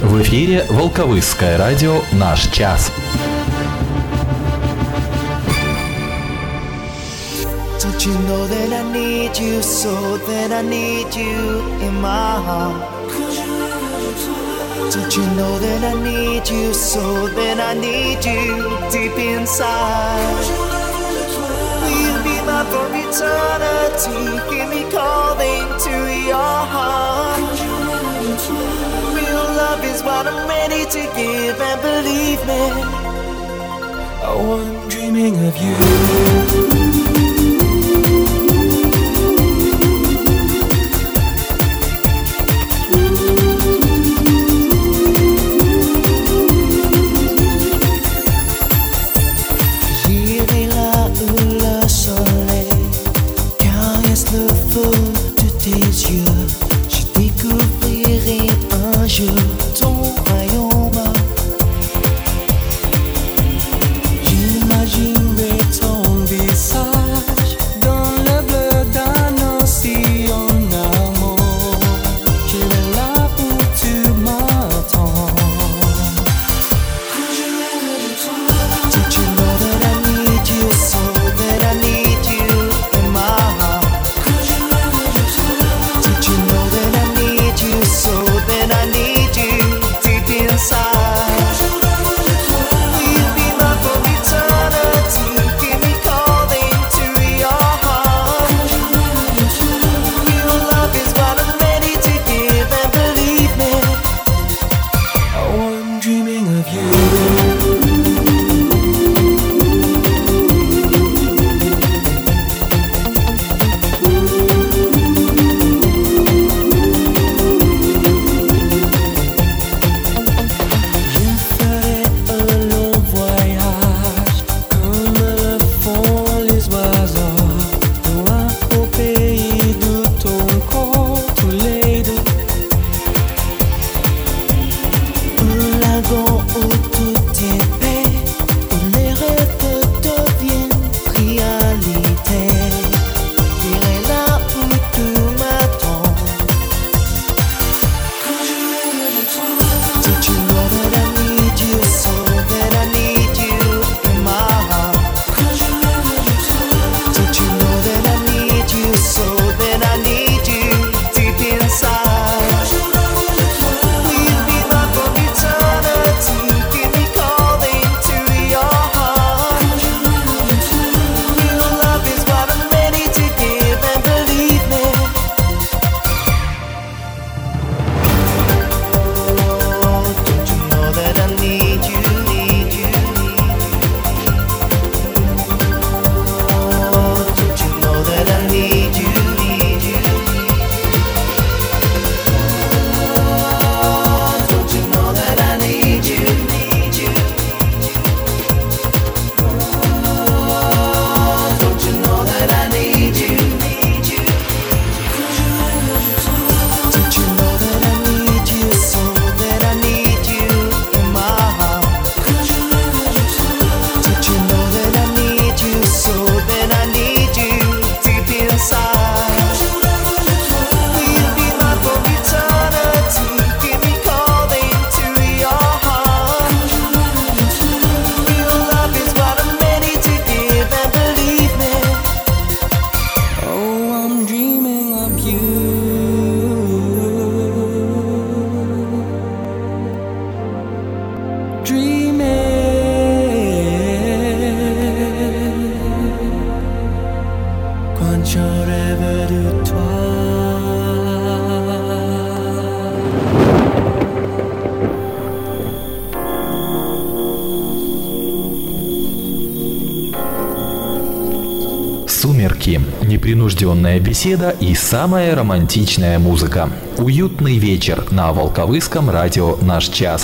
В эфире Волковысское радио «Наш час». Don't you know that I need you, so that I need you in my heart? Don't you know that I need you, so that I need you deep inside? Will you be mine for eternity? Hear me calling to your heart. Real love is what I'm ready to give, and believe me, oh, I'm dreaming of you. «Сумерки», непринужденная беседа и самая романтичная музыка. Уютный вечер на Волковысском радио «Наш час».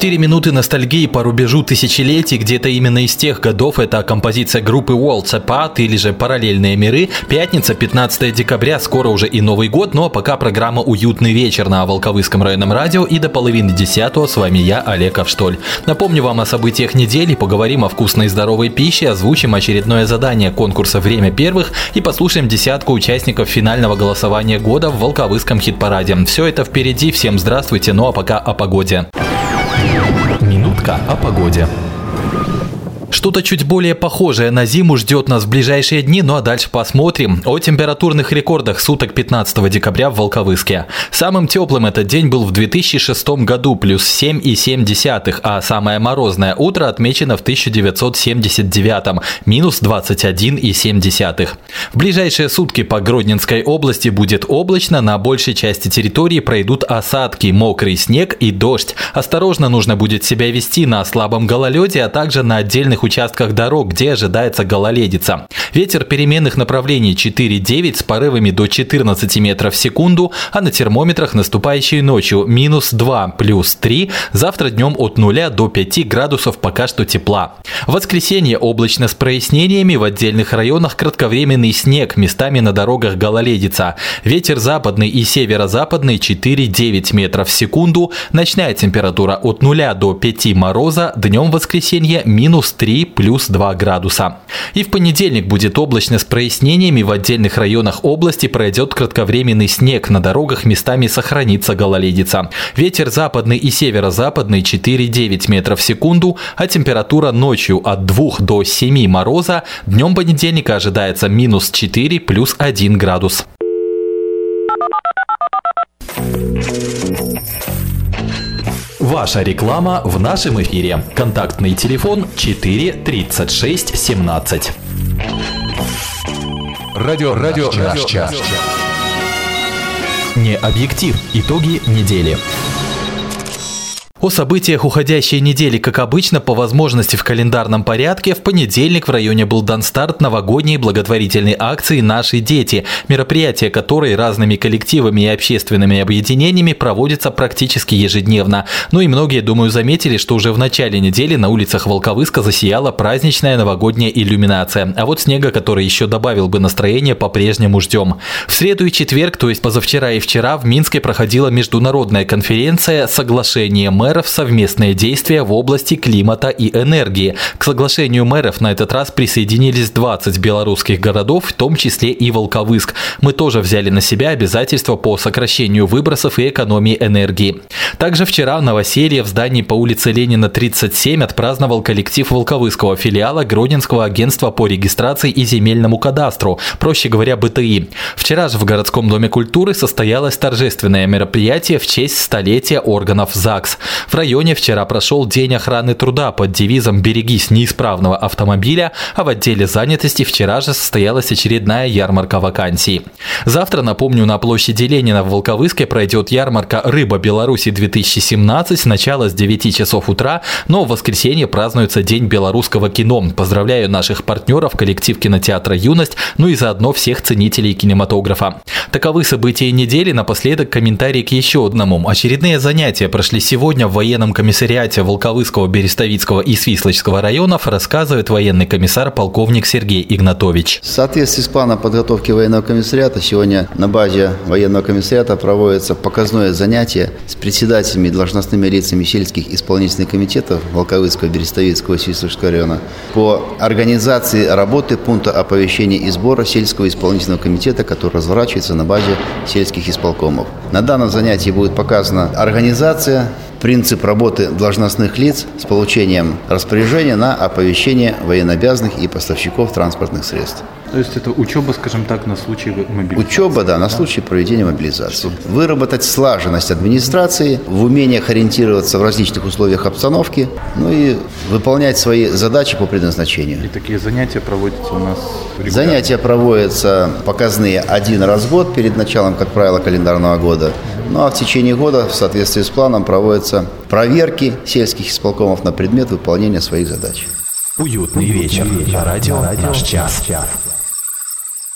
4 минуты ностальгии по рубежу тысячелетий, где-то именно из тех годов. Это композиция группы Worlds Apart или же «Параллельные миры». Пятница, 15 декабря, скоро уже и Новый год, но пока программа «Уютный вечер» на Волковыском районном радио, и до половины 10-го с вами я, Олег Авштоль. Напомню вам о событиях недели, поговорим о вкусной и здоровой пище, озвучим очередное задание конкурса «Время первых» и послушаем десятку участников финального голосования года в Волковыском хит-параде. Все это впереди, всем здравствуйте, ну а пока о погоде. Минутка о погоде. Что-то чуть более похожее на зиму ждет нас в ближайшие дни, ну а дальше посмотрим. О температурных рекордах суток 15 декабря в Волковыске. Самым теплым этот день был в 2006 году, плюс 7,7, а самое морозное утро отмечено в 1979, минус 21,7. В ближайшие сутки по Гродненской области будет облачно, на большей части территории пройдут осадки, мокрый снег и дождь. Осторожно нужно будет себя вести на слабом гололеде, а также на отдельных участках дорог, где ожидается гололедица. Ветер переменных направлений 4,9 с порывами до 14 метров в секунду, а на термометрах наступающей ночью минус 2, плюс 3, завтра днем от 0 до 5 градусов пока что тепла. В воскресенье облачно с прояснениями, в отдельных районах кратковременный снег, местами на дорогах гололедица. Ветер западный и северо-западный 4,9 метров в секунду, ночная температура от 0 до 5 мороза, днем в воскресенье минус 3, плюс 2 градуса. И в понедельник будет облачно с прояснениями, в отдельных районах области пройдет кратковременный снег, на дорогах местами сохранится гололедица. Ветер западный и северо-западный 4,9 метров в секунду, а температура ночью от 2 до 7 мороза, днем понедельника ожидается минус 4, плюс 1 градус. Ваша реклама в нашем эфире. Контактный телефон 4 36 17. Радио «Наш час». Не объектив. Итоги недели. О событиях уходящей недели, как обычно, по возможности в календарном порядке. В понедельник в районе был дан старт новогодней благотворительной акции «Наши дети», мероприятие которой разными коллективами и общественными объединениями проводится практически ежедневно. Ну и многие, думаю, заметили, что уже в начале недели на улицах Волковыска засияла праздничная новогодняя иллюминация. А вот снега, который еще добавил бы настроение, по-прежнему ждем. В среду и четверг, то есть позавчера и вчера, в Минске проходила международная конференция «Соглашение мэров. Совместные действия в области климата и энергии». К соглашению мэров на этот раз присоединились 20 белорусских городов, в том числе и Волковыск. Мы тоже взяли на себя обязательства по сокращению выбросов и экономии энергии. Также вчера новоселье в здании по улице Ленина, 37 отпраздновал коллектив Волковыского филиала Гродненского агентства по регистрации и земельному кадастру, проще говоря, БТИ. Вчера же в городском доме культуры состоялось торжественное мероприятие в честь столетия органов ЗАГС. В районе вчера прошел День охраны труда под девизом «Берегись неисправного автомобиля», а в отделе занятости вчера же состоялась очередная ярмарка вакансий. Завтра, напомню, на площади Ленина в Волковыске пройдет ярмарка «Рыба Беларуси-2017» с начала с 9 часов утра, но в воскресенье празднуется День белорусского кино. Поздравляю наших партнеров, коллектив кинотеатра «Юность», ну и заодно всех ценителей кинематографа. Таковы события недели. Напоследок комментарий к еще одному. Очередные занятия прошли сегодня в военном комиссариате Волковыского, Берестовицкого и Свислочского районов, рассказывает военный комиссар полковник Сергей Игнатович. В соответствии с планом подготовки военного комиссариата сегодня на базе военного комиссариата проводится показное занятие с председателями и должностными лицами сельских исполнительных комитетов Волковыского, Берестовицкого и Свислочского района по организации работы пункта оповещения и сбора сельского исполнительного комитета, который разворачивается на базе сельских исполкомов. На данном занятии будет показана организация, принцип работы должностных лиц с получением распоряжения на оповещение военнообязанных и поставщиков транспортных средств. То есть это учеба, скажем так, на случай мобилизации? Учеба, да, на случай проведения мобилизации. Выработать слаженность администрации, в умениях ориентироваться в различных условиях обстановки, ну и выполнять свои задачи по предназначению. И такие занятия проводятся у нас регулярно? Занятия проводятся показные один раз в год перед началом, как правило, календарного года. Ну а в течение года в соответствии с планом проводятся проверки сельских исполкомов на предмет выполнения своих задач. Уютный вечер. Радио «Наш час».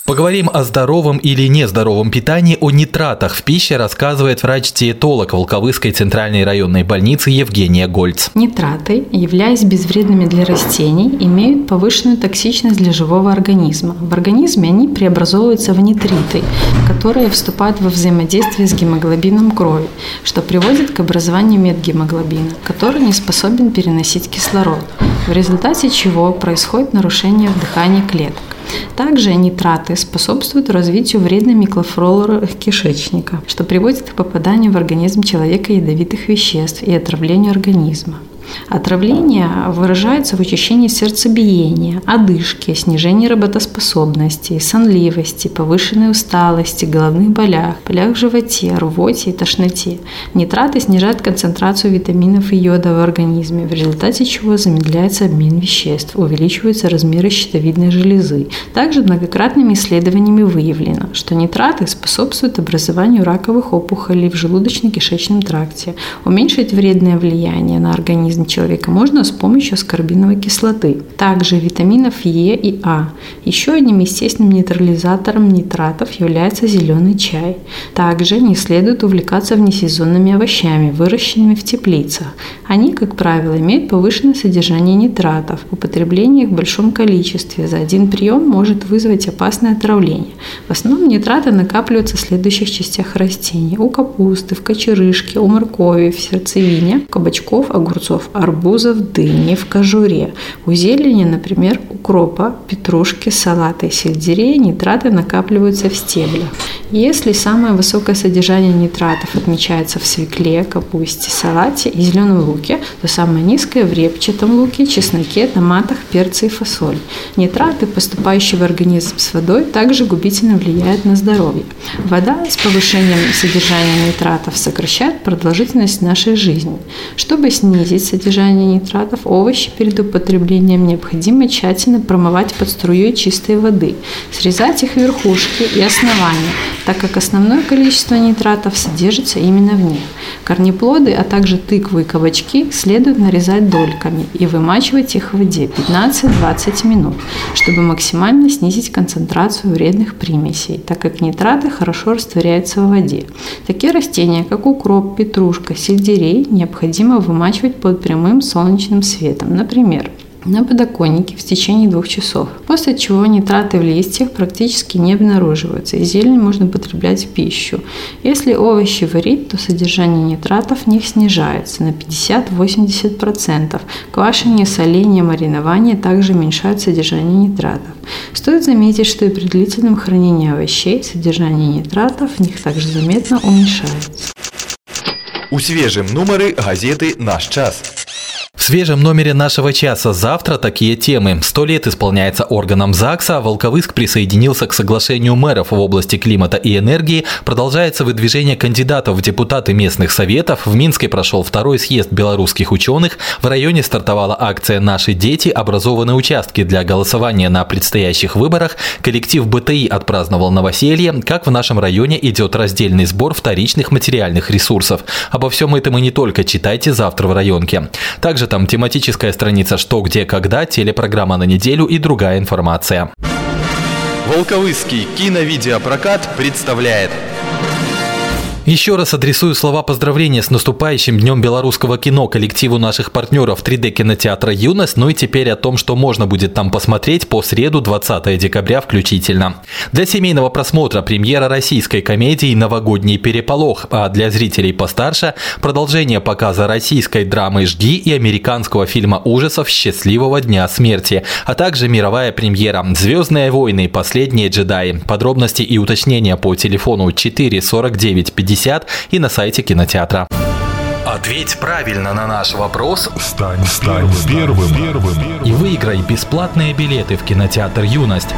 Поговорим о здоровом или нездоровом питании, о нитратах в пище рассказывает врач-диетолог Волковыской центральной районной больницы Евгения Гольц. Нитраты, являясь безвредными для растений, имеют повышенную токсичность для живого организма. В организме они преобразовываются в нитриты, которые вступают во взаимодействие с гемоглобином крови, что приводит к образованию медгемоглобина, который не способен переносить кислород, в результате чего происходит нарушение в дыхании клеток. Также нитраты способствуют развитию вредной микрофлоры кишечника, что приводит к попаданию в организм человека ядовитых веществ и отравлению организма. Отравление выражается в учащении сердцебиения, одышке, снижении работоспособности, сонливости, повышенной усталости, головных болях в животе, рвоте и тошноте. Нитраты снижают концентрацию витаминов и йода в организме, в результате чего замедляется обмен веществ, увеличиваются размеры щитовидной железы. Также многократными исследованиями выявлено, что нитраты способствуют образованию раковых опухолей в желудочно-кишечном тракте, уменьшить вредное влияние на организм человека можно с помощью аскорбиновой кислоты. Также витаминов Е и А. Еще одним естественным нейтрализатором нитратов является зеленый чай. Также не следует увлекаться внесезонными овощами, выращенными в теплицах. Они, как правило, имеют повышенное содержание нитратов. Употребление их в большом количестве за один прием может вызвать опасное отравление. В основном нитраты накапливаются в следующих частях растений: у капусты, в кочерышке, у моркови, в сердцевине, кабачков, огурцов, арбузов, дыни, в кожуре. У зелени, например, укропа, петрушки, салата и сельдерея нитраты накапливаются в стеблях. Если самое высокое содержание нитратов отмечается в свекле, капусте, салате и зеленом луке, то самое низкое в репчатом луке, чесноке, томатах, перце и фасоли. Нитраты, поступающие в организм с водой, также губительно влияют на здоровье. Вода с повышением содержания нитратов сокращает продолжительность нашей жизни. Чтобы снизить содержание нитратов, овощи перед употреблением необходимо тщательно промывать под струей чистой воды, срезать их верхушки и основания, так как основное количество нитратов содержится именно в них. Корнеплоды, а также тыкву и кабачки следует нарезать дольками и вымачивать их в воде 15-20 минут, чтобы максимально снизить концентрацию вредных примесей, так как нитраты хорошо растворяются в воде. Такие растения, как укроп, петрушка, сельдерей, необходимо вымачивать под прямым солнечным светом, например, на подоконнике в течение 2 часов, после чего нитраты в листьях практически не обнаруживаются, и зелень можно употреблять в пищу. Если овощи варить, то содержание нитратов в них снижается на 50-80%. Квашение, соление, маринование также уменьшают содержание нитратов. Стоит заметить, что и при длительном хранении овощей содержание нитратов в них также заметно уменьшается. У свежем номеры газеты «Наш час». В свежем номере нашего часа завтра такие темы. 100 лет исполняется органам ЗАГСа, Волковыск присоединился к соглашению мэров в области климата и энергии, продолжается выдвижение кандидатов в депутаты местных советов, в Минске прошел 2-й съезд белорусских ученых, в районе стартовала акция «Наши дети», образованы участки для голосования на предстоящих выборах, коллектив БТИ отпраздновал новоселье, как в нашем районе идет раздельный сбор вторичных материальных ресурсов. Обо всем этом и не только читайте завтра в районке. Также там тематическая страница «Что, где, когда», телепрограмма на неделю и другая информация. Волковысский киновидеопрокат представляет. Еще раз адресую слова поздравления с наступающим Днем белорусского кино коллективу наших партнеров 3D-кинотеатра «Юность», ну и теперь о том, что можно будет там посмотреть по среду 20 декабря включительно. Для семейного просмотра премьера российской комедии «Новогодний переполох», а для зрителей постарше продолжение показа российской драмы «Жги» и американского фильма ужасов «Счастливого дня смерти», а также мировая премьера «Звездные войны. Последние джедаи». Подробности и уточнения по телефону 4 49 50 и на сайте кинотеатра. Ответь правильно на наш вопрос. Стань первым. И выиграй бесплатные билеты в кинотеатр «Юность».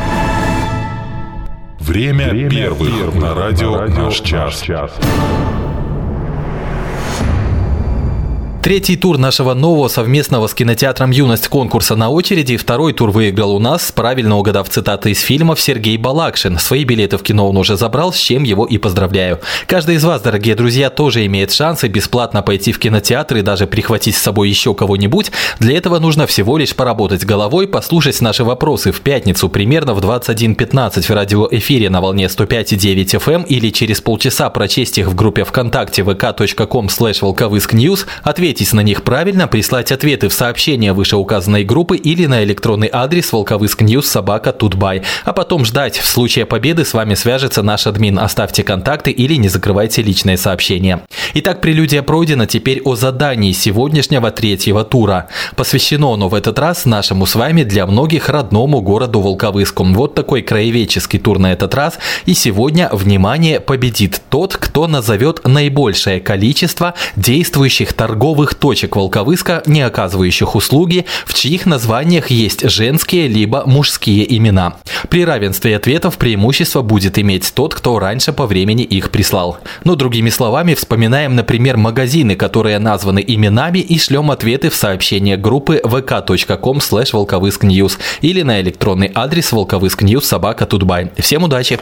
Время первых на радио «Наш час». Третий тур нашего нового совместного с кинотеатром «Юность» конкурса на очереди. Второй тур выиграл у нас, правильно угадав цитаты из фильмов, Сергей Балакшин. Свои билеты в кино он уже забрал, с чем его и поздравляю. Каждый из вас, дорогие друзья, тоже имеет шансы бесплатно пойти в кинотеатр и даже прихватить с собой еще кого-нибудь. Для этого нужно всего лишь поработать головой, послушать наши вопросы в пятницу примерно в 21:15 в радиоэфире на волне 105,9 FM или через полчаса прочесть их в группе ВКонтакте vk.com/волковыскньюз, ответить на них правильно, прислать ответы в сообщения вышеуказанной группы или на электронный адрес волковыскньюз@tutbay. А потом ждать. В случае победы с вами свяжется наш админ. Оставьте контакты или не закрывайте личные сообщения. Итак, прелюдия пройдена. Теперь о задании сегодняшнего третьего тура. Посвящено оно в этот раз нашему с вами для многих родному городу Волковыску. Вот такой краеведческий тур на этот раз. И сегодня, внимание, победит тот, кто назовет наибольшее количество действующих торговых точек Волковыска, не оказывающих услуги, в чьих названиях есть женские либо мужские имена. При равенстве ответов преимущество будет иметь тот, кто раньше по времени их прислал. Ну, другими словами, вспоминаем, например, магазины, которые названы именами, и шлем ответы в сообщение группы vk.com/волковыскньюз или на электронный адрес волковыскньюз@tutbay. Всем удачи!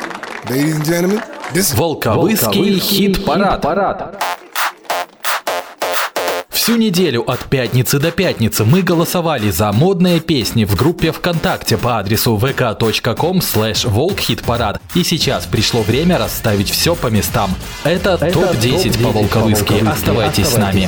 Волковыский хит-парад. Всю неделю от пятницы до пятницы мы голосовали за модные песни в группе ВКонтакте по адресу vk.com/волкхитпарад. И сейчас пришло время расставить все по местам. Это топ-10 по-волковыски. Оставайтесь с нами.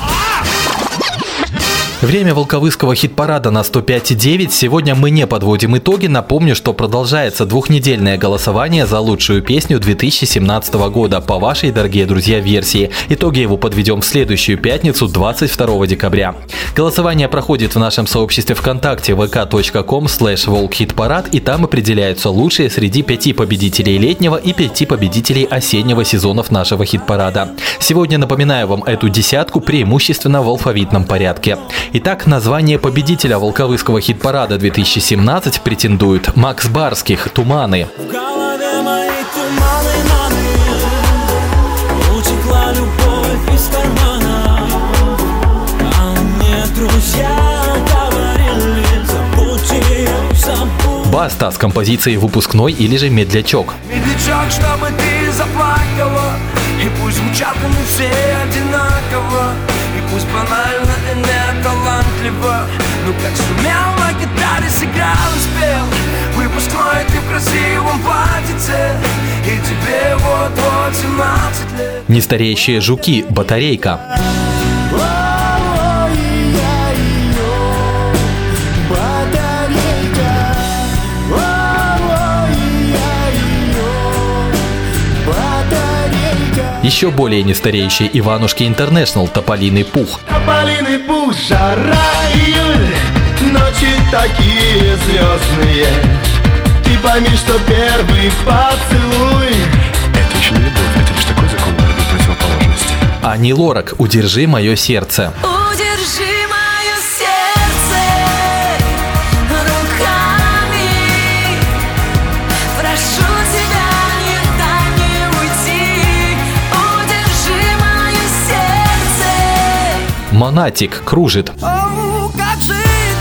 Время волковыского хит-парада на 105,9. Сегодня мы не подводим итоги. Напомню, что продолжается двухнедельное голосование за лучшую песню 2017 года по вашей, дорогие друзья, версии. Итоги его подведем в следующую пятницу, 22 декабря. Голосование проходит в нашем сообществе ВКонтакте vk.com/волкхитпарад, и там определяются лучшие среди 5 победителей летнего и 5 победителей осеннего сезонов нашего хит-парада. Сегодня напоминаю вам эту десятку преимущественно в алфавитном порядке. Итак, название победителя волковыского хит-парада 2017 претендует Макс Барских «Туманы». В голове мои туманы, утекла любовь из кармана, а мне друзья говорили, забудь ее, забудь. Баста с композицией «Выпускной» или же «Медлячок». Медлячок, чтобы ты заплакала, и пусть звучат мы все одинаково, и пусть банально и не талантливо, но как сумел на гитаре сыграл и спел. Выпускной ты в красивом платьице, и тебе вот-вот 17 лет. Нестареющие жуки «Батарейка». Еще более нестареющие Иванушки Интернешнл «Тополиный пух». Тополиный пух, жара, июль, ночи такие звездные. Ты пойми, что первый поцелуй — Это еще не любовь, это лишь такой закон борьбы противоположности. Ани Лорак «Удержи мое сердце». Удержи мое сердце руками, прошу тебя, не дай мне уйти. Удержи мое сердце. Монатик «Кружит». Оу, как жить?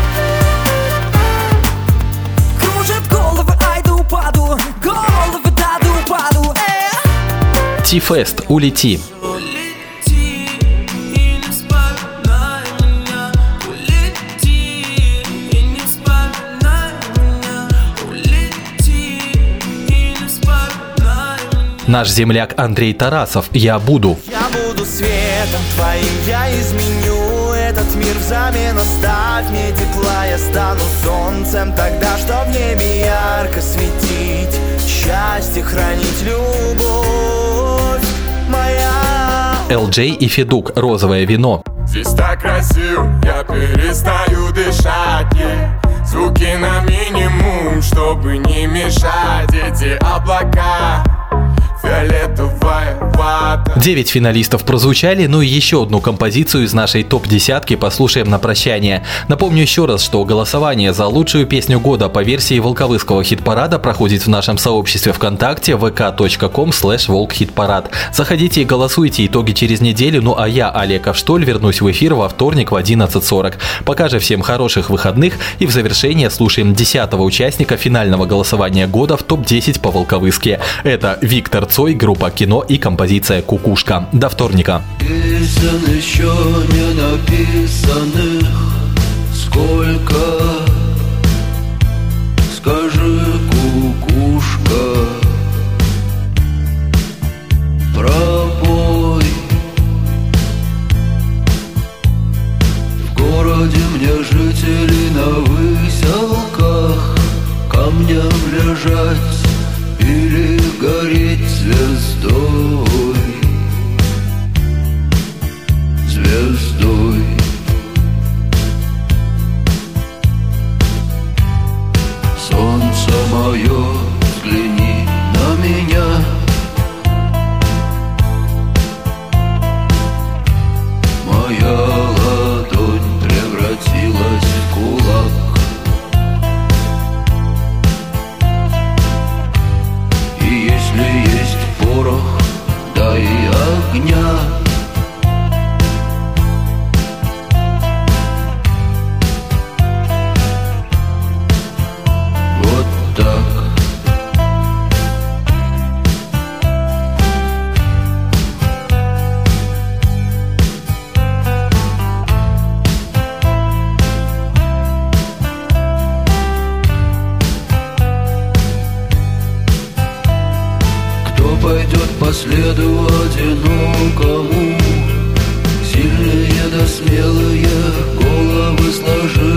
Кружат головы, ай да упаду, головы, да упаду. Ти-фест «Улети». Улети и не вспоминай меня, улети и не вспоминай меня, улети и не вспоминай меня. Наш земляк Андрей Тарасов «Я буду». Я буду светом твоим, я изменю этот мир взамен, оставь мне тепла, я стану солнцем тогда, чтоб в небе ярко светить, счастье хранить, любовь моя. LJ и Федук «Розовое вино». Здесь так красиво, я перестаю дышать, звуки на минимум, чтобы не мешать. Эти облака, фиолетовая вата. 9 финалистов прозвучали, ну и еще одну композицию из нашей топ-10 послушаем на прощание. Напомню еще раз, что голосование за лучшую песню года по версии Волковыского хит-парада проходит в нашем сообществе ВКонтакте vk.com/волкхитпарад. Заходите и голосуйте, итоги через неделю, ну а я, Олег Авштоль, вернусь в эфир во вторник в 11:40. Пока же всем хороших выходных и в завершение слушаем 10-го участника финального голосования года в топ-10 по Волковыске. Это Виктор Цой, группа «Кино» и композиция «Кукушка». До вторника. Песен еще не написанных сколько, скажи, кукушка, пропой. В городе мне жители на выселках камнем лежать или гореть звездой. Звездой. Солнце мое, взгляни на меня. Моя ладонь превратилась в кулак. И если есть порох, дай огня. Пойдет по следу одинокому, сильные да смелые головы сложили.